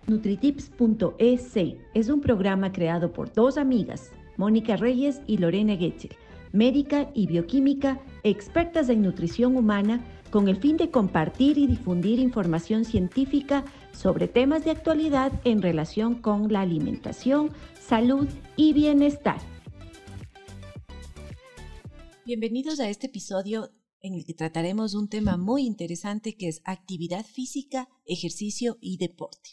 Nutritips.es es un programa creado por dos amigas, Mónica Reyes y Lorena Getzel, médica y bioquímica, expertas en nutrición humana, con el fin de compartir y difundir información científica sobre temas de actualidad en relación con la alimentación, salud y bienestar. Bienvenidos a este episodio en el que trataremos un tema muy interesante que es actividad física, ejercicio y deporte.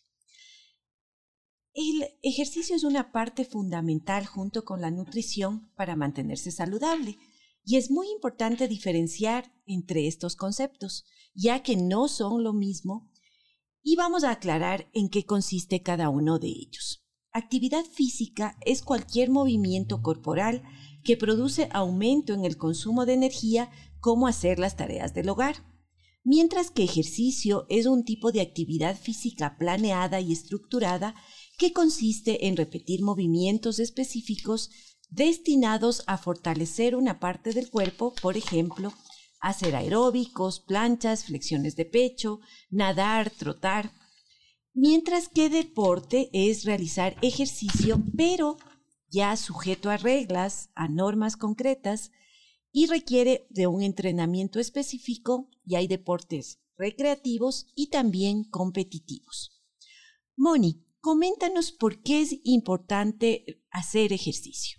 El ejercicio es una parte fundamental junto con la nutrición para mantenerse saludable y es muy importante diferenciar entre estos conceptos, ya que no son lo mismo, y vamos a aclarar en qué consiste cada uno de ellos. Actividad física es cualquier movimiento corporal que produce aumento en el consumo de energía, como hacer las tareas del hogar, mientras que ejercicio es un tipo de actividad física planeada y estructurada que consiste en repetir movimientos específicos destinados a fortalecer una parte del cuerpo, por ejemplo, hacer aeróbicos, planchas, flexiones de pecho, nadar, trotar, mientras que deporte es realizar ejercicio, pero ya sujeto a reglas, a normas concretas, y requiere de un entrenamiento específico, y hay deportes recreativos y también competitivos. Moni, coméntanos por qué es importante hacer ejercicio.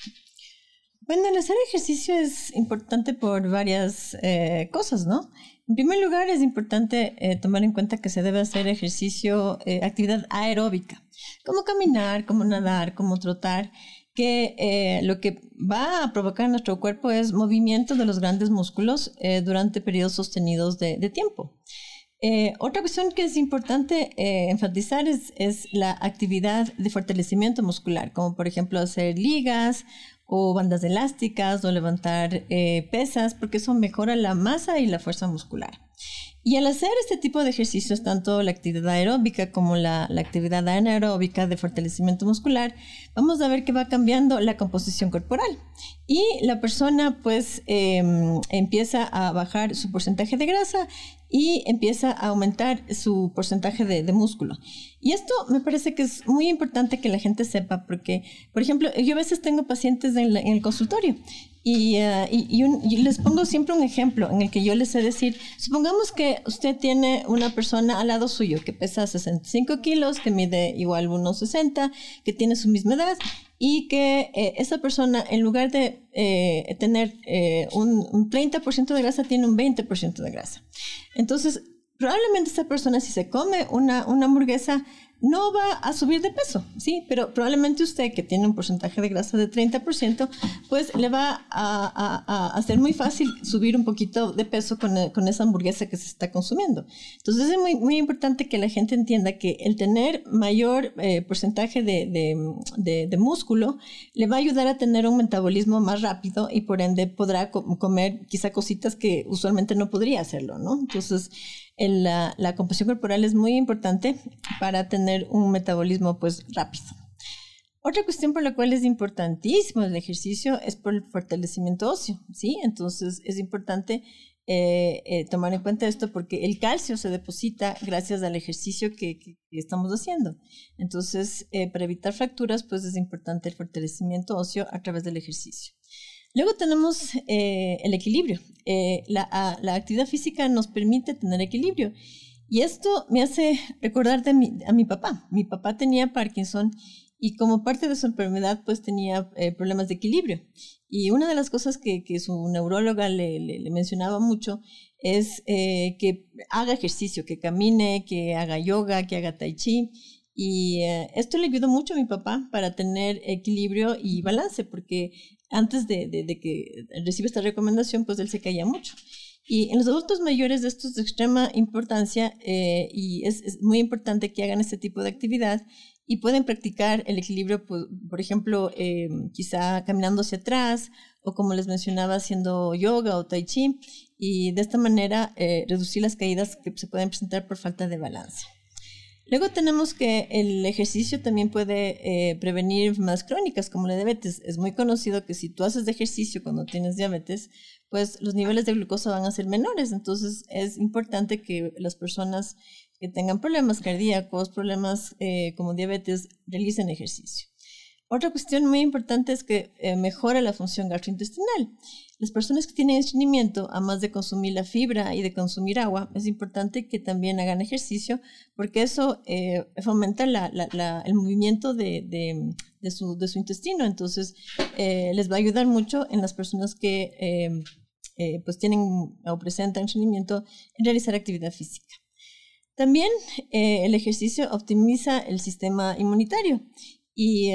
Bueno, el hacer ejercicio es importante por varias cosas, ¿no? En primer lugar, es importante tomar en cuenta que se debe hacer ejercicio, actividad aeróbica, como caminar, como nadar, como trotar, que lo que va a provocar en nuestro cuerpo es movimiento de los grandes músculos durante periodos sostenidos de tiempo. Otra cuestión que es importante enfatizar es la actividad de fortalecimiento muscular, como por ejemplo hacer ligas o bandas elásticas o levantar pesas, porque eso mejora la masa y la fuerza muscular. Y al hacer este tipo de ejercicios, tanto la actividad aeróbica como la actividad anaeróbica de fortalecimiento muscular, vamos a ver que va cambiando la composición corporal. Y la persona pues empieza a bajar su porcentaje de grasa y empieza a aumentar su porcentaje de músculo. Y esto me parece que es muy importante que la gente sepa porque, por ejemplo, yo a veces tengo pacientes en el consultorio y les pongo siempre un ejemplo en el que yo les sé decir, supongamos que usted tiene una persona al lado suyo que pesa 65 kilos, que mide igual 1,60, que tiene su misma edad y que esa persona en lugar de tener un 30% de grasa tiene un 20% de grasa. Entonces, probablemente esta persona si se come una hamburguesa no va a subir de peso, ¿sí? Pero probablemente usted que tiene un porcentaje de grasa de 30%, pues le va a hacer muy fácil subir un poquito de peso con esa hamburguesa que se está consumiendo. Entonces es muy, muy importante que la gente entienda que el tener mayor porcentaje de músculo le va a ayudar a tener un metabolismo más rápido y por ende podrá comer quizá cositas que usualmente no podría hacerlo, ¿no? Entonces la composición corporal es muy importante para tener un metabolismo pues rápido. Otra cuestión por la cual es importantísimo el ejercicio es por el fortalecimiento óseo, ¿sí? Entonces es importante tomar en cuenta esto porque el calcio se deposita gracias al ejercicio que estamos haciendo. Entonces, para evitar fracturas, pues es importante el fortalecimiento óseo a través del ejercicio. Luego tenemos el equilibrio. La actividad física nos permite tener equilibrio. Y esto me hace recordar a mi papá. Mi papá tenía Parkinson y como parte de su enfermedad pues tenía problemas de equilibrio. Y una de las cosas que su neuróloga le mencionaba mucho es que haga ejercicio, que camine, que haga yoga, que haga tai chi. Y esto le ayudó mucho a mi papá para tener equilibrio y balance, porque antes de que reciba esta recomendación, pues él se caía mucho. Y en los adultos mayores esto es de extrema importancia y es muy importante que hagan este tipo de actividad y pueden practicar el equilibrio, por ejemplo, quizá caminando hacia atrás o como les mencionaba, haciendo yoga o tai chi y de esta manera reducir las caídas que se pueden presentar por falta de balance. Luego tenemos que el ejercicio también puede prevenir enfermedades crónicas como la diabetes. Es muy conocido que si tú haces ejercicio cuando tienes diabetes, pues los niveles de glucosa van a ser menores. Entonces es importante que las personas que tengan problemas cardíacos, problemas como diabetes, realicen ejercicio. Otra cuestión muy importante es que mejora la función gastrointestinal. Las personas que tienen estreñimiento, además de consumir la fibra y de consumir agua, es importante que también hagan ejercicio porque eso fomenta el movimiento de su intestino. Entonces, les va a ayudar mucho en las personas que pues tienen o presentan estreñimiento en realizar actividad física. También el ejercicio optimiza el sistema inmunitario. Y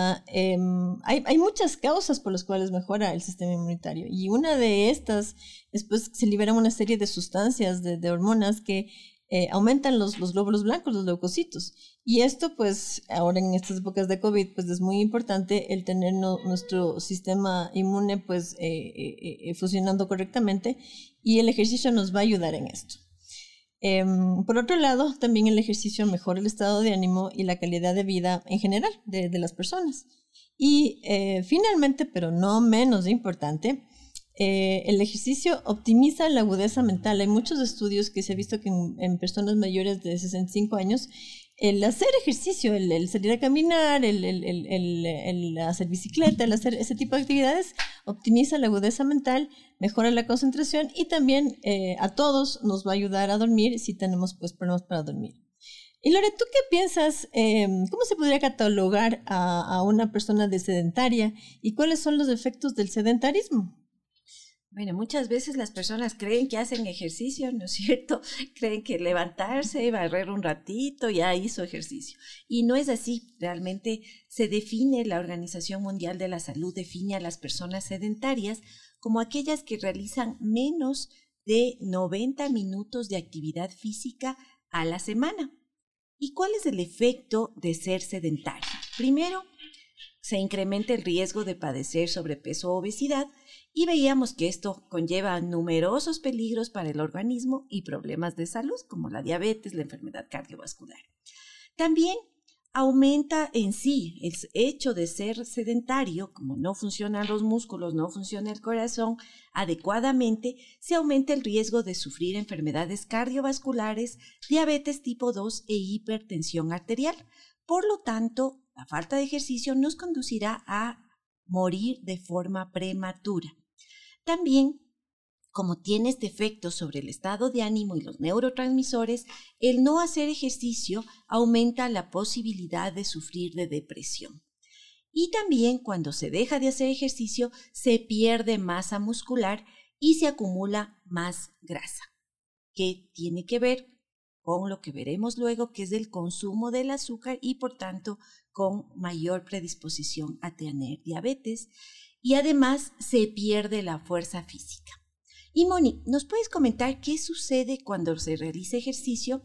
hay muchas causas por las cuales mejora el sistema inmunitario. Y una de estas es pues se liberan una serie de sustancias, de hormonas que aumentan los glóbulos blancos, los leucocitos. Y esto pues ahora en estas épocas de COVID pues es muy importante el tener nuestro sistema inmune pues funcionando correctamente, y el ejercicio nos va a ayudar en esto. Por otro lado, también el ejercicio mejora el estado de ánimo y la calidad de vida en general de las personas. Y finalmente, pero no menos importante, el ejercicio optimiza la agudeza mental. Hay muchos estudios que se ha visto que en personas mayores de 65 años, el hacer ejercicio, el salir a caminar, el hacer bicicleta, el hacer ese tipo de actividades, optimiza la agudeza mental, mejora la concentración y también a todos nos va a ayudar a dormir si tenemos pues problemas para dormir. Y Lore, ¿tú qué piensas? ¿Cómo se podría catalogar a una persona de sedentaria y cuáles son los efectos del sedentarismo? Bueno, muchas veces las personas creen que hacen ejercicio, ¿no es cierto? Creen que levantarse, barrer un ratito, ya hizo ejercicio. Y no es así. Realmente se define, la Organización Mundial de la Salud define a las personas sedentarias como aquellas que realizan menos de 90 minutos de actividad física a la semana. ¿Y cuál es el efecto de ser sedentario? Primero, se incrementa el riesgo de padecer sobrepeso o obesidad, y veíamos que esto conlleva numerosos peligros para el organismo y problemas de salud como la diabetes, la enfermedad cardiovascular. También aumenta en sí el hecho de ser sedentario, como no funcionan los músculos, no funciona el corazón adecuadamente, se aumenta el riesgo de sufrir enfermedades cardiovasculares, diabetes tipo 2 e hipertensión arterial. Por lo tanto, la falta de ejercicio nos conducirá a morir de forma prematura. También, como tiene este efecto sobre el estado de ánimo y los neurotransmisores, el no hacer ejercicio aumenta la posibilidad de sufrir de depresión. Y también cuando se deja de hacer ejercicio, se pierde masa muscular y se acumula más grasa, que tiene que ver con lo que veremos luego, que es el consumo del azúcar y por tanto con mayor predisposición a tener diabetes. Y además se pierde la fuerza física. Y Moni, ¿nos puedes comentar qué sucede cuando se realiza ejercicio?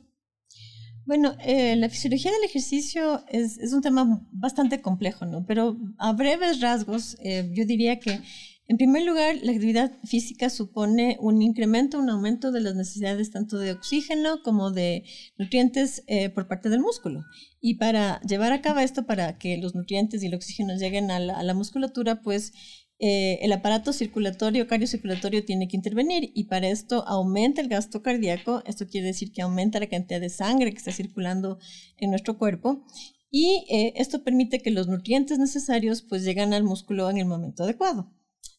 Bueno, la fisiología del ejercicio es un tema bastante complejo, ¿no? Pero a breves rasgos, yo diría que, en primer lugar, la actividad física supone un incremento, un aumento de las necesidades tanto de oxígeno como de nutrientes por parte del músculo. Y para llevar a cabo esto, para que los nutrientes y el oxígeno lleguen a la musculatura, pues el aparato circulatorio, cardiocirculatorio tiene que intervenir, y para esto aumenta el gasto cardíaco. Esto quiere decir que aumenta la cantidad de sangre que está circulando en nuestro cuerpo, y esto permite que los nutrientes necesarios pues lleguen al músculo en el momento adecuado.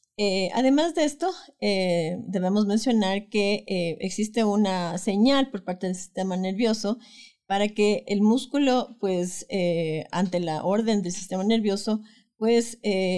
Además de esto, debemos mencionar que existe una señal por parte del sistema nervioso para que el músculo, pues, ante la orden del sistema nervioso, pues,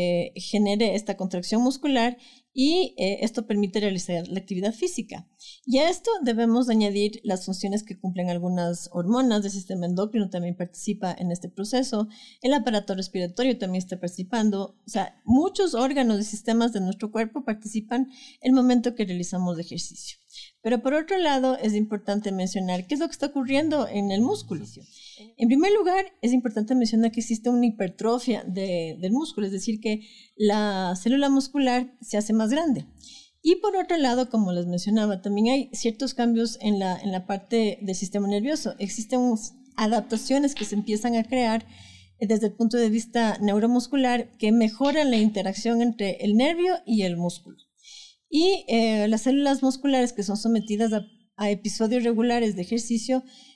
genere esta contracción muscular, y esto permite realizar la actividad física. Y a esto debemos añadir las funciones que cumplen algunas hormonas del sistema endocrino, también participa en este proceso, el aparato respiratorio también está participando, o sea, muchos órganos y sistemas de nuestro cuerpo participan en el momento que realizamos ejercicio. Pero por otro lado, es importante mencionar qué es lo que está ocurriendo en el músculo. En primer lugar, es importante mencionar que existe una hipertrofia del músculo, es decir, que la célula muscular se hace más grande. Y por otro lado, como les mencionaba, también hay ciertos cambios en la parte del sistema nervioso. Existen adaptaciones que se empiezan a crear desde el punto de vista neuromuscular que mejoran la interacción entre el nervio y el músculo. Y las células musculares que son sometidas a episodios regulares de ejercicio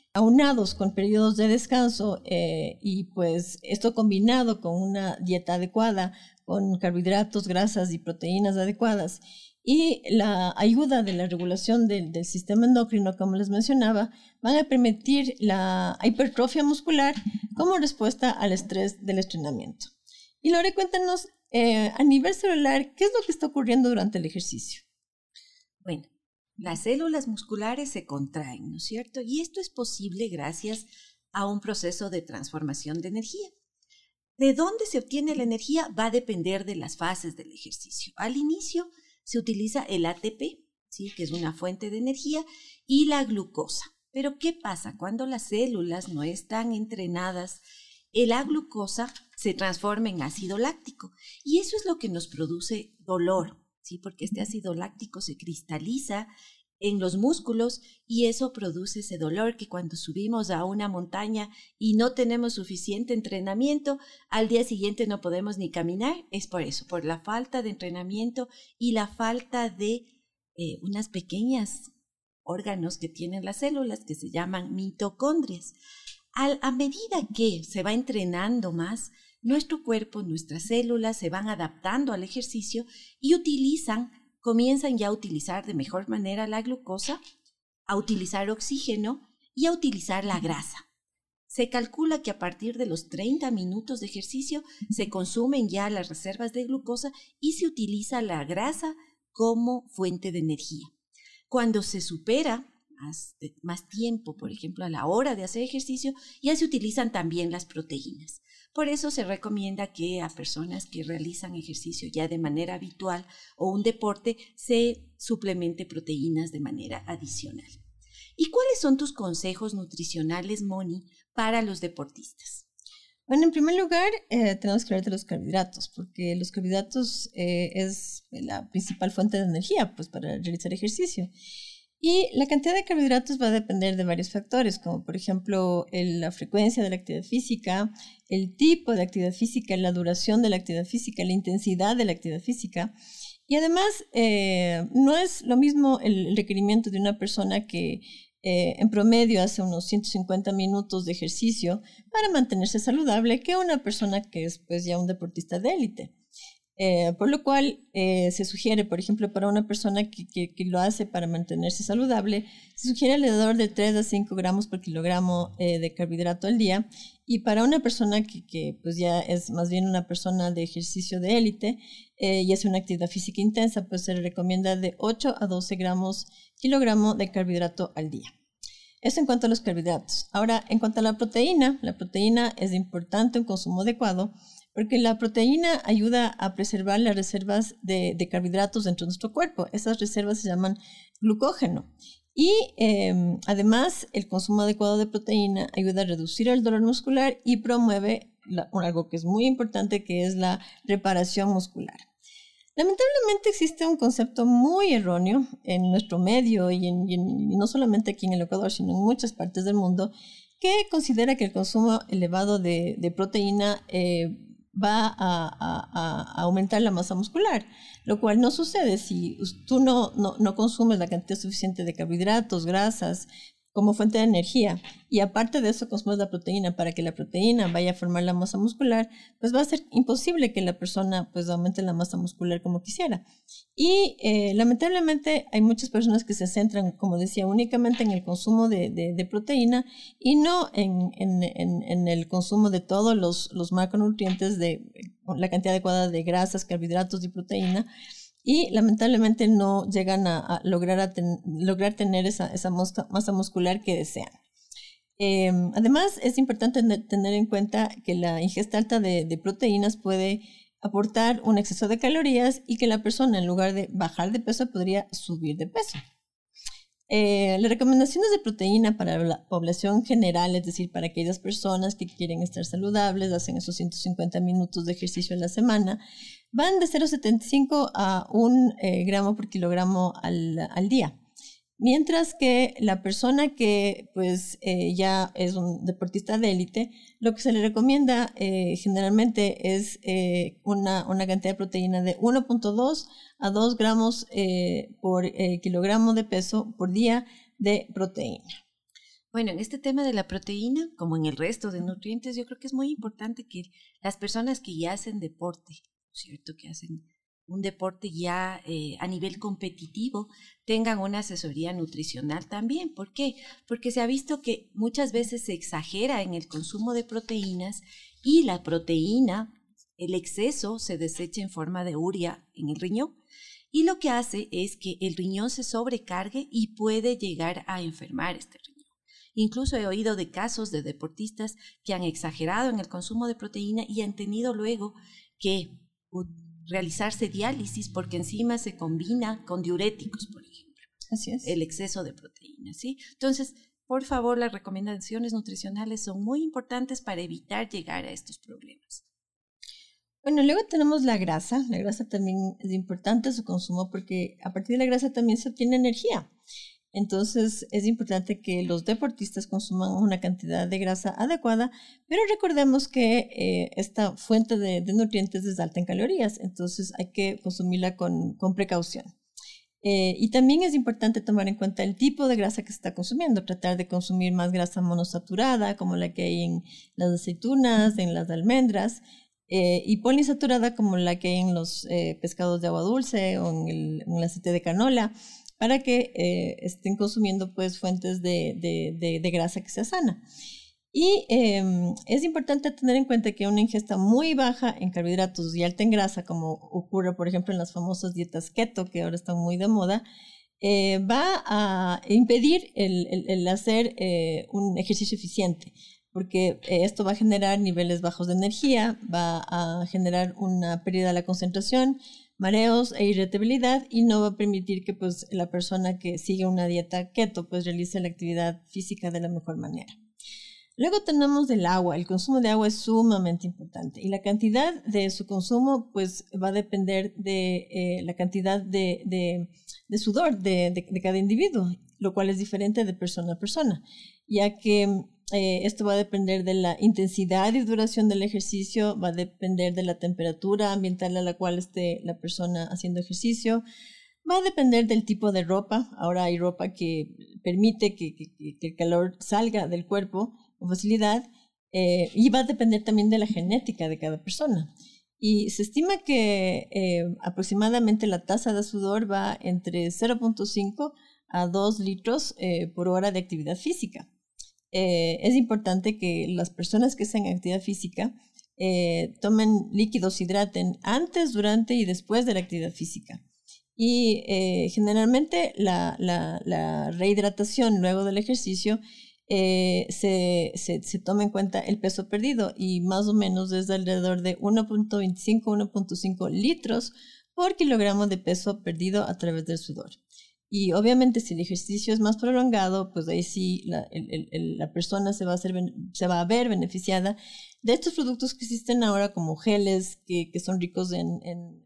aunados con periodos de descanso y pues esto combinado con una dieta adecuada, con carbohidratos, grasas y proteínas adecuadas y la ayuda de la regulación del sistema endocrino, como les mencionaba, van a permitir la hipertrofia muscular como respuesta al estrés del entrenamiento. Y Lore, cuéntanos a nivel celular, ¿qué es lo que está ocurriendo durante el ejercicio? Bueno, las células musculares se contraen, ¿no es cierto? Y esto es posible gracias a un proceso de transformación de energía. ¿De dónde se obtiene la energía? Va a depender de las fases del ejercicio. Al inicio se utiliza el ATP, ¿sí? Que es una fuente de energía, y la glucosa. Pero ¿qué pasa? Cuando las células no están entrenadas, la glucosa se transforma en ácido láctico y eso es lo que nos produce dolor, ¿sí? Porque este ácido láctico se cristaliza en los músculos y eso produce ese dolor que cuando subimos a una montaña y no tenemos suficiente entrenamiento, al día siguiente no podemos ni caminar. Es por eso, por la falta de entrenamiento y la falta de unas pequeñas órganos que tienen las células que se llaman mitocondrias. A medida que se va entrenando más, nuestro cuerpo, nuestras células se van adaptando al ejercicio y comienzan ya a utilizar de mejor manera la glucosa, a utilizar oxígeno y a utilizar la grasa. Se calcula que a partir de los 30 minutos de ejercicio se consumen ya las reservas de glucosa y se utiliza la grasa como fuente de energía. Cuando se supera más tiempo, por ejemplo, a la hora de hacer ejercicio, ya se utilizan también las proteínas. Por eso se recomienda que a personas que realizan ejercicio ya de manera habitual o un deporte se suplemente proteínas de manera adicional. ¿Y cuáles son tus consejos nutricionales, Moni, para los deportistas? Bueno, en primer lugar, tenemos que hablar de los carbohidratos, porque los carbohidratos es la principal fuente de energía pues, para realizar ejercicio. Y la cantidad de carbohidratos va a depender de varios factores, como por ejemplo la frecuencia de la actividad física, el tipo de actividad física, la duración de la actividad física, la intensidad de la actividad física. Y además, no es lo mismo el requerimiento de una persona que en promedio hace unos 150 minutos de ejercicio para mantenerse saludable que una persona que es pues, ya un deportista de élite. Por lo cual se sugiere, por ejemplo, para una persona que lo hace para mantenerse saludable, se sugiere alrededor de 3 a 5 gramos por kilogramo de carbohidrato al día. Y para una persona que pues ya es más bien una persona de ejercicio de élite y hace una actividad física intensa, pues se le recomienda de 8 a 12 gramos kilogramo de carbohidrato al día. Eso en cuanto a los carbohidratos. Ahora, en cuanto a la proteína es importante un consumo adecuado porque la proteína ayuda a preservar las reservas de carbohidratos dentro de nuestro cuerpo. Esas reservas se llaman glucógeno. Y además, el consumo adecuado de proteína ayuda a reducir el dolor muscular y promueve algo que es muy importante, que es la reparación muscular. Lamentablemente existe un concepto muy erróneo en nuestro medio y no solamente aquí en el Ecuador, sino en muchas partes del mundo, que considera que el consumo elevado de proteína va a aumentar la masa muscular, lo cual no sucede si tú no consumes la cantidad suficiente de carbohidratos, grasas, como fuente de energía, y aparte de eso consumes la proteína para que la proteína vaya a formar la masa muscular, pues va a ser imposible que la persona pues aumente la masa muscular como quisiera. Y lamentablemente hay muchas personas que se centran, como decía, únicamente en el consumo de proteína y no en el consumo de todos los macronutrientes, de la cantidad adecuada de grasas, carbohidratos y proteína. Y lamentablemente no llegan a lograr tener esa masa muscular que desean. Además, es importante tener en cuenta que la ingesta alta de proteínas puede aportar un exceso de calorías y que la persona, en lugar de bajar de peso, podría subir de peso. Las recomendaciones de proteína para la población general, es decir, para aquellas personas que quieren estar saludables, hacen esos 150 minutos de ejercicio a la semana, van de 0,75 a 1 gramo por kilogramo al día. Mientras que la persona que pues ya es un deportista de élite, lo que se le recomienda generalmente es una cantidad de proteína de 1.2 a 2 gramos por kilogramo de peso por día de proteína. Bueno, en este tema de la proteína, como en el resto de nutrientes, yo creo que es muy importante que las personas que ya hacen deporte, ¿cierto? Que hacen un deporte ya a nivel competitivo, tengan una asesoría nutricional también. ¿Por qué? Porque se ha visto que muchas veces se exagera en el consumo de proteínas y la proteína, el exceso, se desecha en forma de urea en el riñón. Y lo que hace es que el riñón se sobrecargue y puede llegar a enfermar este riñón. Incluso he oído de casos de deportistas que han exagerado en el consumo de proteína y han tenido luego que realizarse diálisis porque encima se combina con diuréticos, por ejemplo. Así es. El exceso de proteína, ¿sí? Entonces, por favor, las recomendaciones nutricionales son muy importantes para evitar llegar a estos problemas. Bueno, luego tenemos la grasa. La grasa también es importante su consumo porque a partir de la grasa también se obtiene energía. Entonces es importante que los deportistas consuman una cantidad de grasa adecuada, pero recordemos que esta fuente de nutrientes es alta en calorías, entonces hay que consumirla con precaución. Y también es importante tomar en cuenta el tipo de grasa que se está consumiendo, tratar de consumir más grasa monosaturada, como la que hay en las aceitunas, en las almendras, y poliinsaturada, como la que hay en los pescados de agua dulce o en el aceite de canola, para que estén consumiendo pues fuentes de grasa que sea sana. Y es importante tener en cuenta que una ingesta muy baja en carbohidratos y alta en grasa, como ocurre por ejemplo en las famosas dietas keto, que ahora están muy de moda, va a impedir el hacer un ejercicio eficiente, porque esto va a generar niveles bajos de energía, va a generar una pérdida de la concentración, mareos e irritabilidad, y no va a permitir que pues la persona que sigue una dieta keto pues realice la actividad física de la mejor manera. Luego tenemos el agua. El consumo de agua es sumamente importante y la cantidad de su consumo pues va a depender de la cantidad de sudor de cada individuo, lo cual es diferente de persona a persona, ya que esto va a depender de la intensidad y duración del ejercicio, va a depender de la temperatura ambiental a la cual esté la persona haciendo ejercicio, va a depender del tipo de ropa. Ahora hay ropa que permite que el calor salga del cuerpo con facilidad, y va a depender también de la genética de cada persona. Y se estima que aproximadamente la tasa de sudor va entre 0.5 a 2 litros por hora de actividad física. Es importante que las personas que hacen actividad física tomen líquidos, hidraten antes, durante y después de la actividad física. Y generalmente la rehidratación luego del ejercicio se toma en cuenta el peso perdido, y más o menos es de alrededor de 1.25 a 1.5 litros por kilogramo de peso perdido a través del sudor. Y obviamente si el ejercicio es más prolongado, pues ahí sí la persona se va a ver beneficiada de estos productos que existen ahora como geles que son ricos en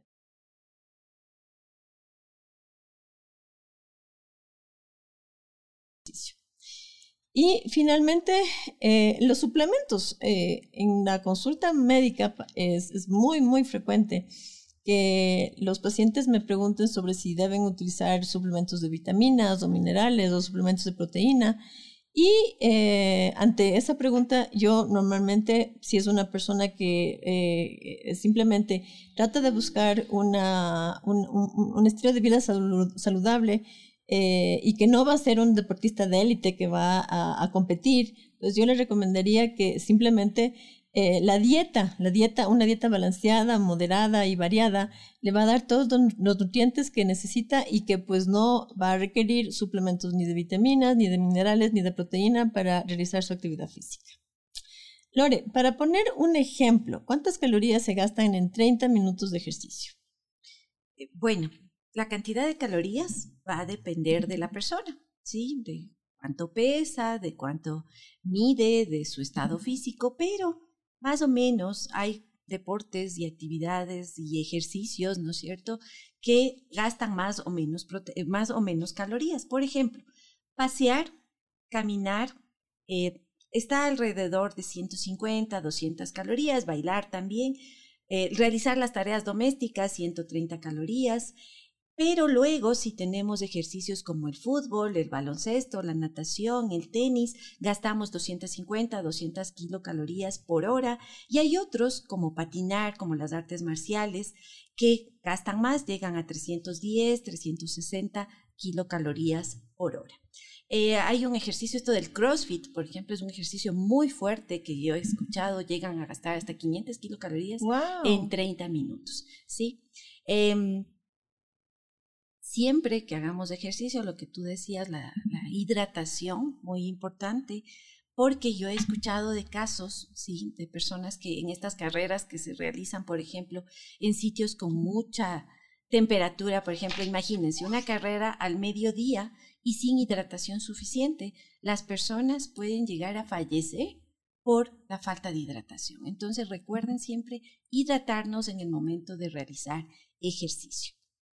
ejercicio. Y finalmente, los suplementos. En la consulta médica es muy, muy frecuente que los pacientes me pregunten sobre si deben utilizar suplementos de vitaminas o minerales o suplementos de proteína. Y ante esa pregunta, yo normalmente, si es una persona que simplemente trata de buscar un estilo de vida saludable, y que no va a ser un deportista de élite que va a competir, pues yo le recomendaría que simplemente una dieta balanceada, moderada y variada, le va a dar todos los nutrientes que necesita y que pues no va a requerir suplementos ni de vitaminas, ni de minerales, ni de proteína para realizar su actividad física. Lore, para poner un ejemplo, ¿cuántas calorías se gastan en 30 minutos de ejercicio? Bueno, la cantidad de calorías va a depender de la persona, ¿sí? De cuánto pesa, de cuánto mide, de su estado físico, pero más o menos hay deportes y actividades y ejercicios, ¿no es cierto?, que gastan más o menos calorías. Por ejemplo, pasear, caminar, está alrededor de 150, 200 calorías, bailar también, realizar las tareas domésticas, 130 calorías, Pero luego, si tenemos ejercicios como el fútbol, el baloncesto, la natación, el tenis, gastamos 250, 200 kilocalorías por hora. Y hay otros, como patinar, como las artes marciales, que gastan más, llegan a 310, 360 kilocalorías por hora. Hay un ejercicio, esto del CrossFit, por ejemplo, es un ejercicio muy fuerte que yo he escuchado, llegan a gastar hasta 500 kilocalorías en 30 minutos, ¿sí? Siempre que hagamos ejercicio, lo que tú decías, la hidratación, muy importante, porque yo he escuchado de casos, sí, de personas que en estas carreras que se realizan, por ejemplo, en sitios con mucha temperatura, por ejemplo, imagínense una carrera al mediodía y sin hidratación suficiente, las personas pueden llegar a fallecer por la falta de hidratación. Entonces recuerden siempre hidratarnos en el momento de realizar ejercicio.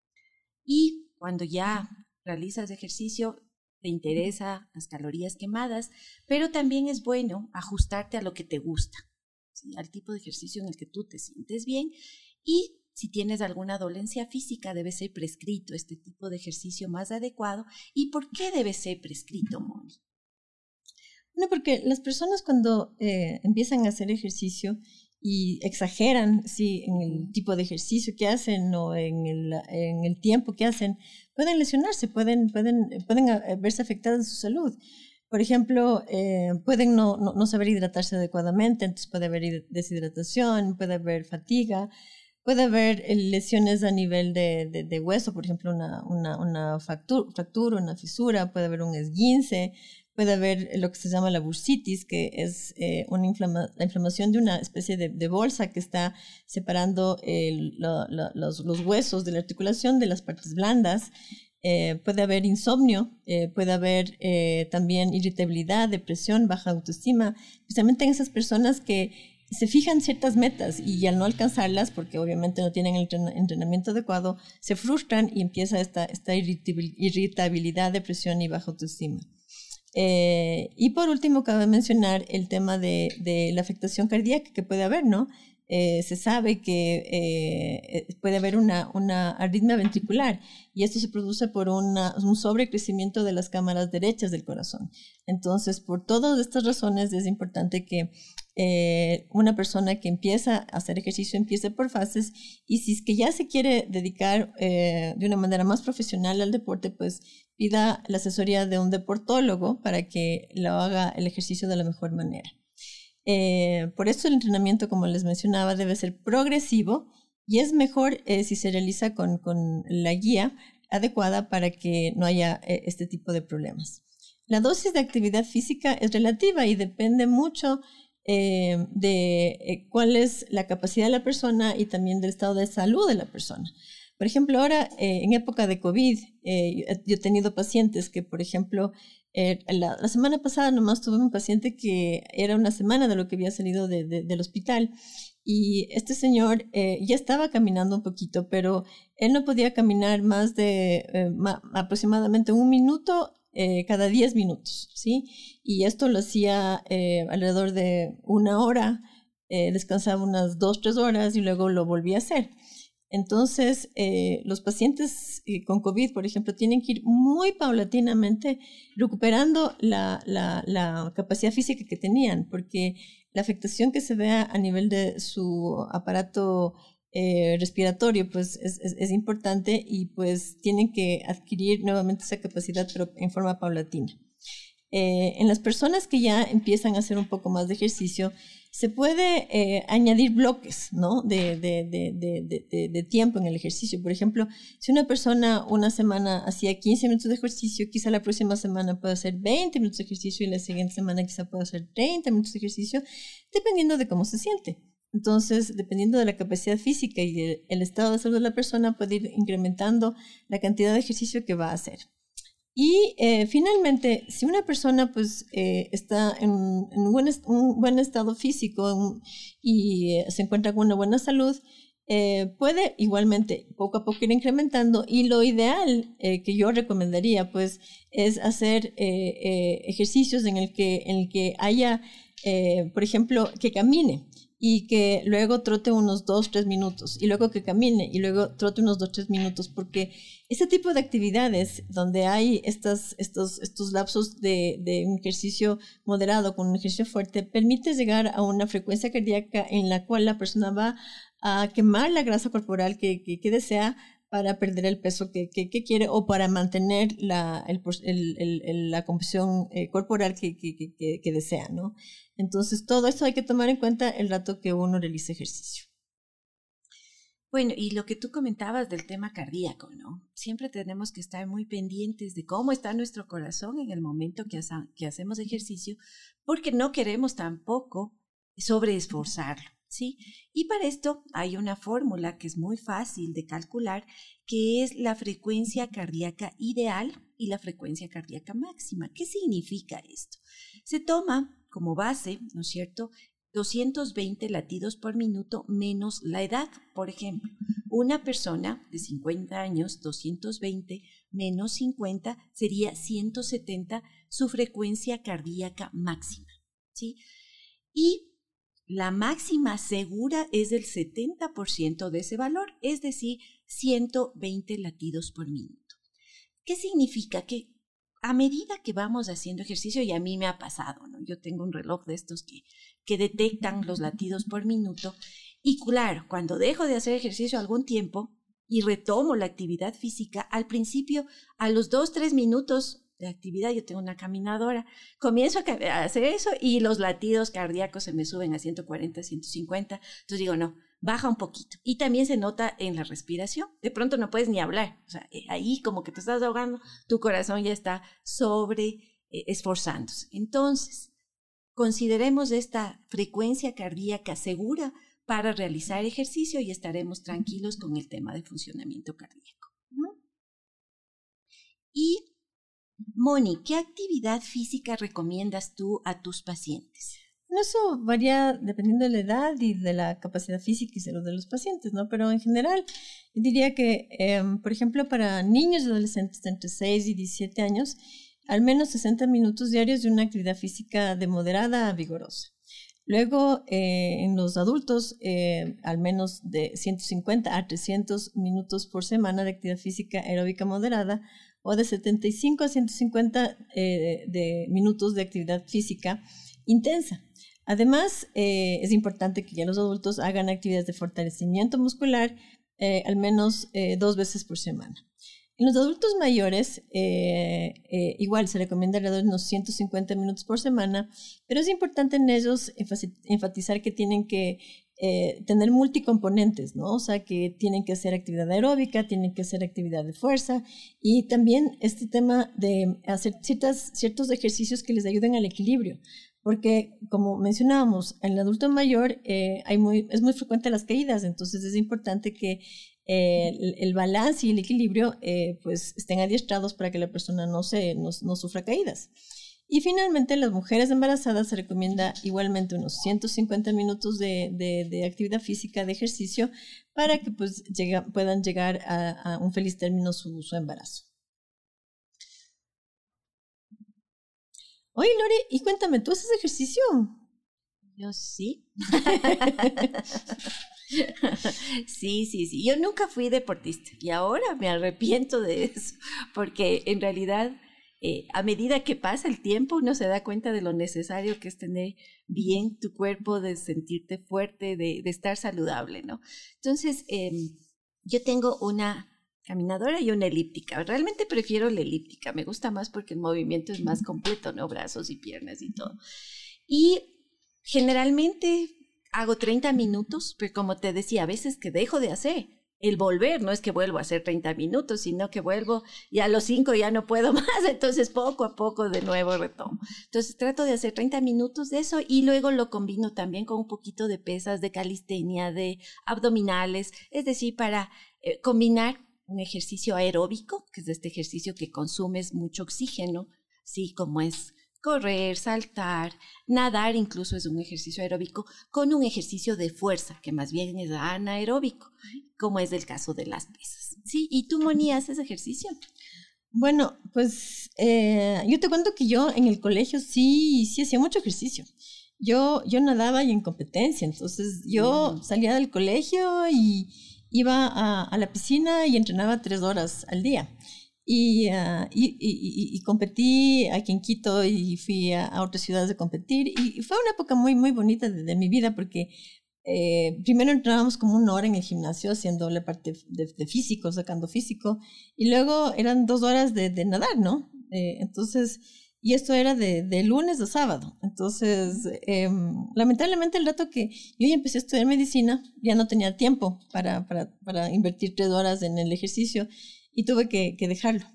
Y cuando ya realizas ejercicio, te interesa las calorías quemadas, pero también es bueno ajustarte a lo que te gusta, ¿sí? Al tipo de ejercicio en el que tú te sientes bien. Y si tienes alguna dolencia física, debe ser prescrito este tipo de ejercicio más adecuado. ¿Y por qué debe ser prescrito, Moni? No, porque las personas cuando empiezan a hacer ejercicio y exageran, sí, en el tipo de ejercicio que hacen o en el tiempo que hacen, pueden lesionarse, pueden verse afectadas en su salud. Por ejemplo, pueden no saber hidratarse adecuadamente, entonces puede haber deshidratación, puede haber fatiga, puede haber lesiones a nivel de hueso, por ejemplo, una fractura, una fisura, puede haber un esguince, puede haber lo que se llama la bursitis, que es la inflamación de una especie de bolsa que está separando los huesos de la articulación de las partes blandas. Puede haber insomnio, puede haber también irritabilidad, depresión, baja autoestima, especialmente en esas personas que se fijan ciertas metas y al no alcanzarlas, porque obviamente no tienen el entrenamiento adecuado, se frustran y empieza esta irritabilidad, depresión y baja autoestima. Y por último, cabe mencionar el tema de la afectación cardíaca que puede haber, ¿no? Se sabe que puede haber una arritmia ventricular y esto se produce por un sobrecrecimiento de las cámaras derechas del corazón. Entonces, por todas estas razones es importante que una persona que empieza a hacer ejercicio empiece por fases, y si es que ya se quiere dedicar de una manera más profesional al deporte, pues pida la asesoría de un deportólogo para que lo haga el ejercicio de la mejor manera. Por eso el entrenamiento, como les mencionaba, debe ser progresivo y es mejor si se realiza con la guía adecuada para que no haya este tipo de problemas. La dosis de actividad física es relativa y depende mucho de cuál es la capacidad de la persona y también del estado de salud de la persona. Por ejemplo, ahora en época de COVID, yo he tenido pacientes que, por ejemplo, la semana pasada nomás tuve un paciente que era una semana de lo que había salido del hospital, y este señor ya estaba caminando un poquito, pero él no podía caminar más de aproximadamente 1 minuto cada 10 minutos, ¿sí? Y esto lo hacía alrededor de 1 hora, descansaba unas 2-3 horas y luego lo volvía a hacer. Entonces, los pacientes con COVID, por ejemplo, tienen que ir muy paulatinamente recuperando la capacidad física que tenían, porque la afectación que se vea a nivel de su aparato respiratorio pues es importante, y pues tienen que adquirir nuevamente esa capacidad, pero en forma paulatina. En las personas que ya empiezan a hacer un poco más de ejercicio, se puede añadir bloques, ¿no? de tiempo en el ejercicio. Por ejemplo, si una persona una semana hacía 15 minutos de ejercicio, quizá la próxima semana puede hacer 20 minutos de ejercicio y la siguiente semana quizá pueda hacer 30 minutos de ejercicio, dependiendo de cómo se siente. Entonces, dependiendo de la capacidad física y el estado de salud de la persona, puede ir incrementando la cantidad de ejercicio que va a hacer. Y finalmente, si una persona pues está en un buen estado físico y se encuentra con una buena salud, puede igualmente poco a poco ir incrementando, y lo ideal que yo recomendaría pues es hacer ejercicios en el que haya por ejemplo, que camine y que luego trote unos 2-3 minutos y luego que camine y luego trote unos 2-3 minutos, porque ese tipo de actividades donde hay estos lapsos de un ejercicio moderado con un ejercicio fuerte permite llegar a una frecuencia cardíaca en la cual la persona va a quemar la grasa corporal que desea para perder el peso que quiere o para mantener la composición corporal que desea, ¿no? Entonces, todo esto hay que tomar en cuenta el rato que uno realice ejercicio. Bueno, y lo que tú comentabas del tema cardíaco, ¿no? Siempre tenemos que estar muy pendientes de cómo está nuestro corazón en el momento que hacemos ejercicio, porque no queremos tampoco sobreesforzarlo, ¿sí? Y para esto hay una fórmula que es muy fácil de calcular, que es la frecuencia cardíaca ideal y la frecuencia cardíaca máxima. ¿Qué significa esto? Se toma como base, ¿no es cierto?, 220 latidos por minuto menos la edad. Por ejemplo, una persona de 50 años, 220 menos 50 sería 170 su frecuencia cardíaca máxima, ¿sí? Y la máxima segura es del 70% de ese valor, es decir, 120 latidos por minuto. ¿Qué significa? Que a medida que vamos haciendo ejercicio, y a mí me ha pasado, ¿no? Yo tengo un reloj de estos que detectan los latidos por minuto, y claro, cuando dejo de hacer ejercicio algún tiempo y retomo la actividad física, al principio, a los 2-3 minutos de actividad, yo tengo una caminadora, comienzo a hacer eso y los latidos cardíacos se me suben a 140, 150, entonces digo, no, baja un poquito. Y también se nota en la respiración, de pronto no puedes ni hablar, o sea, ahí como que te estás ahogando, tu corazón ya está esforzándose. Entonces, consideremos esta frecuencia cardíaca segura para realizar ejercicio y estaremos tranquilos con el tema de funcionamiento cardíaco. Y Moni, ¿qué actividad física recomiendas tú a tus pacientes? Eso varía dependiendo de la edad y de la capacidad física y salud de los pacientes, ¿no? Pero en general, diría que, por ejemplo, para niños y adolescentes de entre 6 y 17 años, al menos 60 minutos diarios de una actividad física de moderada a vigorosa. Luego, en los adultos, al menos de 150 a 300 minutos por semana de actividad física aeróbica moderada, o de 75 a 150 de minutos de actividad física intensa. Además, es importante que ya los adultos hagan actividades de fortalecimiento muscular al menos 2 veces por semana. En los adultos mayores, igual se recomienda alrededor de unos 150 minutos por semana, pero es importante en ellos enfatizar que tienen que tener multicomponentes, ¿no? O sea, que tienen que hacer actividad aeróbica, tienen que hacer actividad de fuerza y también este tema de hacer ciertos ejercicios que les ayuden al equilibrio. Porque, como mencionábamos, en el adulto mayor es muy frecuente las caídas, entonces es importante que el balance y el equilibrio pues estén adiestrados para que la persona no sufra caídas. Y finalmente, en las mujeres embarazadas se recomienda igualmente unos 150 minutos de actividad física, de ejercicio, para que pues, puedan llegar a un feliz término su embarazo. Oye, Lore, y cuéntame, ¿tú haces ejercicio? Yo sí. Sí. Yo nunca fui deportista y ahora me arrepiento de eso, porque en realidad a medida que pasa el tiempo uno se da cuenta de lo necesario que es tener bien tu cuerpo, de sentirte fuerte, de estar saludable, ¿no? Entonces, yo tengo una caminadora y una elíptica. Realmente prefiero la elíptica, me gusta más porque el movimiento es más completo, ¿no? Brazos y piernas y todo. Y generalmente hago 30 minutos, pero como te decía, a veces que dejo de hacer. El volver no es que vuelvo a hacer 30 minutos, sino que vuelvo y a los 5 ya no puedo más, entonces poco a poco de nuevo retomo. Entonces trato de hacer 30 minutos de eso y luego lo combino también con un poquito de pesas, de calistenia, de abdominales, es decir, para combinar un ejercicio aeróbico, que es este ejercicio que consumes mucho oxígeno, sí, como es correr, saltar, nadar incluso es un ejercicio aeróbico, con un ejercicio de fuerza, que más bien es anaeróbico, como es el caso de las pesas. ¿Sí? ¿Y tú, Moni, haces ejercicio? Bueno, pues yo te cuento que yo en el colegio sí hacía mucho ejercicio. yo nadaba y en competencia, entonces yo salía del colegio y iba a la piscina y entrenaba 3 horas al día. Y competí aquí en Quito y fui a otras ciudades a competir. Y fue una época muy, muy bonita de mi vida porque primero entrenábamos como 1 hora en el gimnasio haciendo la parte de físico, sacando físico. Y luego eran 2 horas de nadar, ¿no? Entonces, y esto era de lunes a sábado. Entonces, lamentablemente el rato que yo ya empecé a estudiar medicina, ya no tenía tiempo para invertir 3 horas en el ejercicio. Y tuve que dejarlo.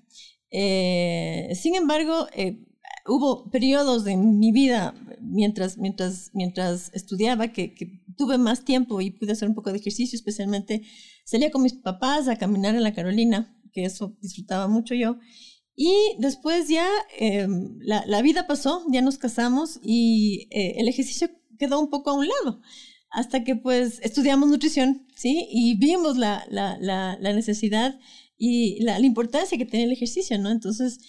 Sin embargo, hubo periodos en mi vida mientras estudiaba que tuve más tiempo y pude hacer un poco de ejercicio, especialmente salía con mis papás a caminar en la Carolina, que eso disfrutaba mucho yo. Y después ya la vida pasó, ya nos casamos y el ejercicio quedó un poco a un lado. Hasta que pues estudiamos nutrición, ¿sí? Y vimos la necesidad y la importancia que tiene el ejercicio, ¿no? Entonces,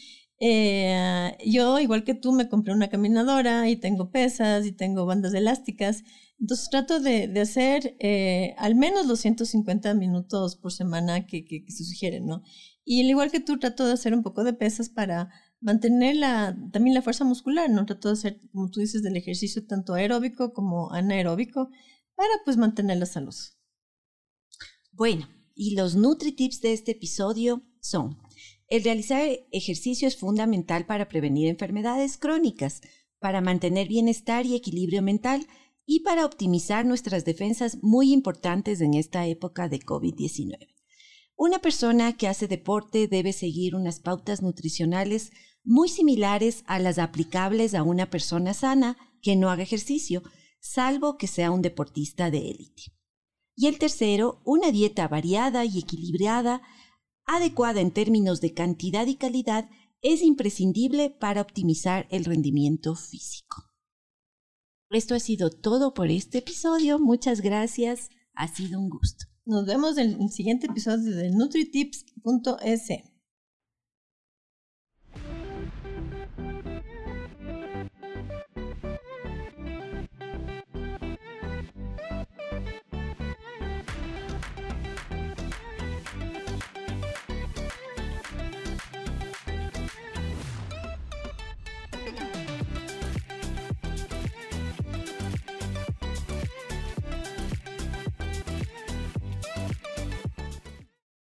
yo, igual que tú, me compré una caminadora y tengo pesas y tengo bandas elásticas. Entonces, trato de hacer al menos los 150 minutos por semana que se sugieren, ¿no? Y al igual que tú, trato de hacer un poco de pesas para mantener también la fuerza muscular, ¿no? Trato de hacer, como tú dices, del ejercicio tanto aeróbico como anaeróbico para, pues, mantener la salud. Bueno, y los NutriTips de este episodio son: el realizar ejercicio es fundamental para prevenir enfermedades crónicas, para mantener bienestar y equilibrio mental y para optimizar nuestras defensas muy importantes en esta época de COVID-19. Una persona que hace deporte debe seguir unas pautas nutricionales muy similares a las aplicables a una persona sana que no haga ejercicio, salvo que sea un deportista de élite. Y el tercero, una dieta variada y equilibrada, adecuada en términos de cantidad y calidad, es imprescindible para optimizar el rendimiento físico. Esto ha sido todo por este episodio. Muchas gracias. Ha sido un gusto. Nos vemos en el siguiente episodio de NutriTips.es.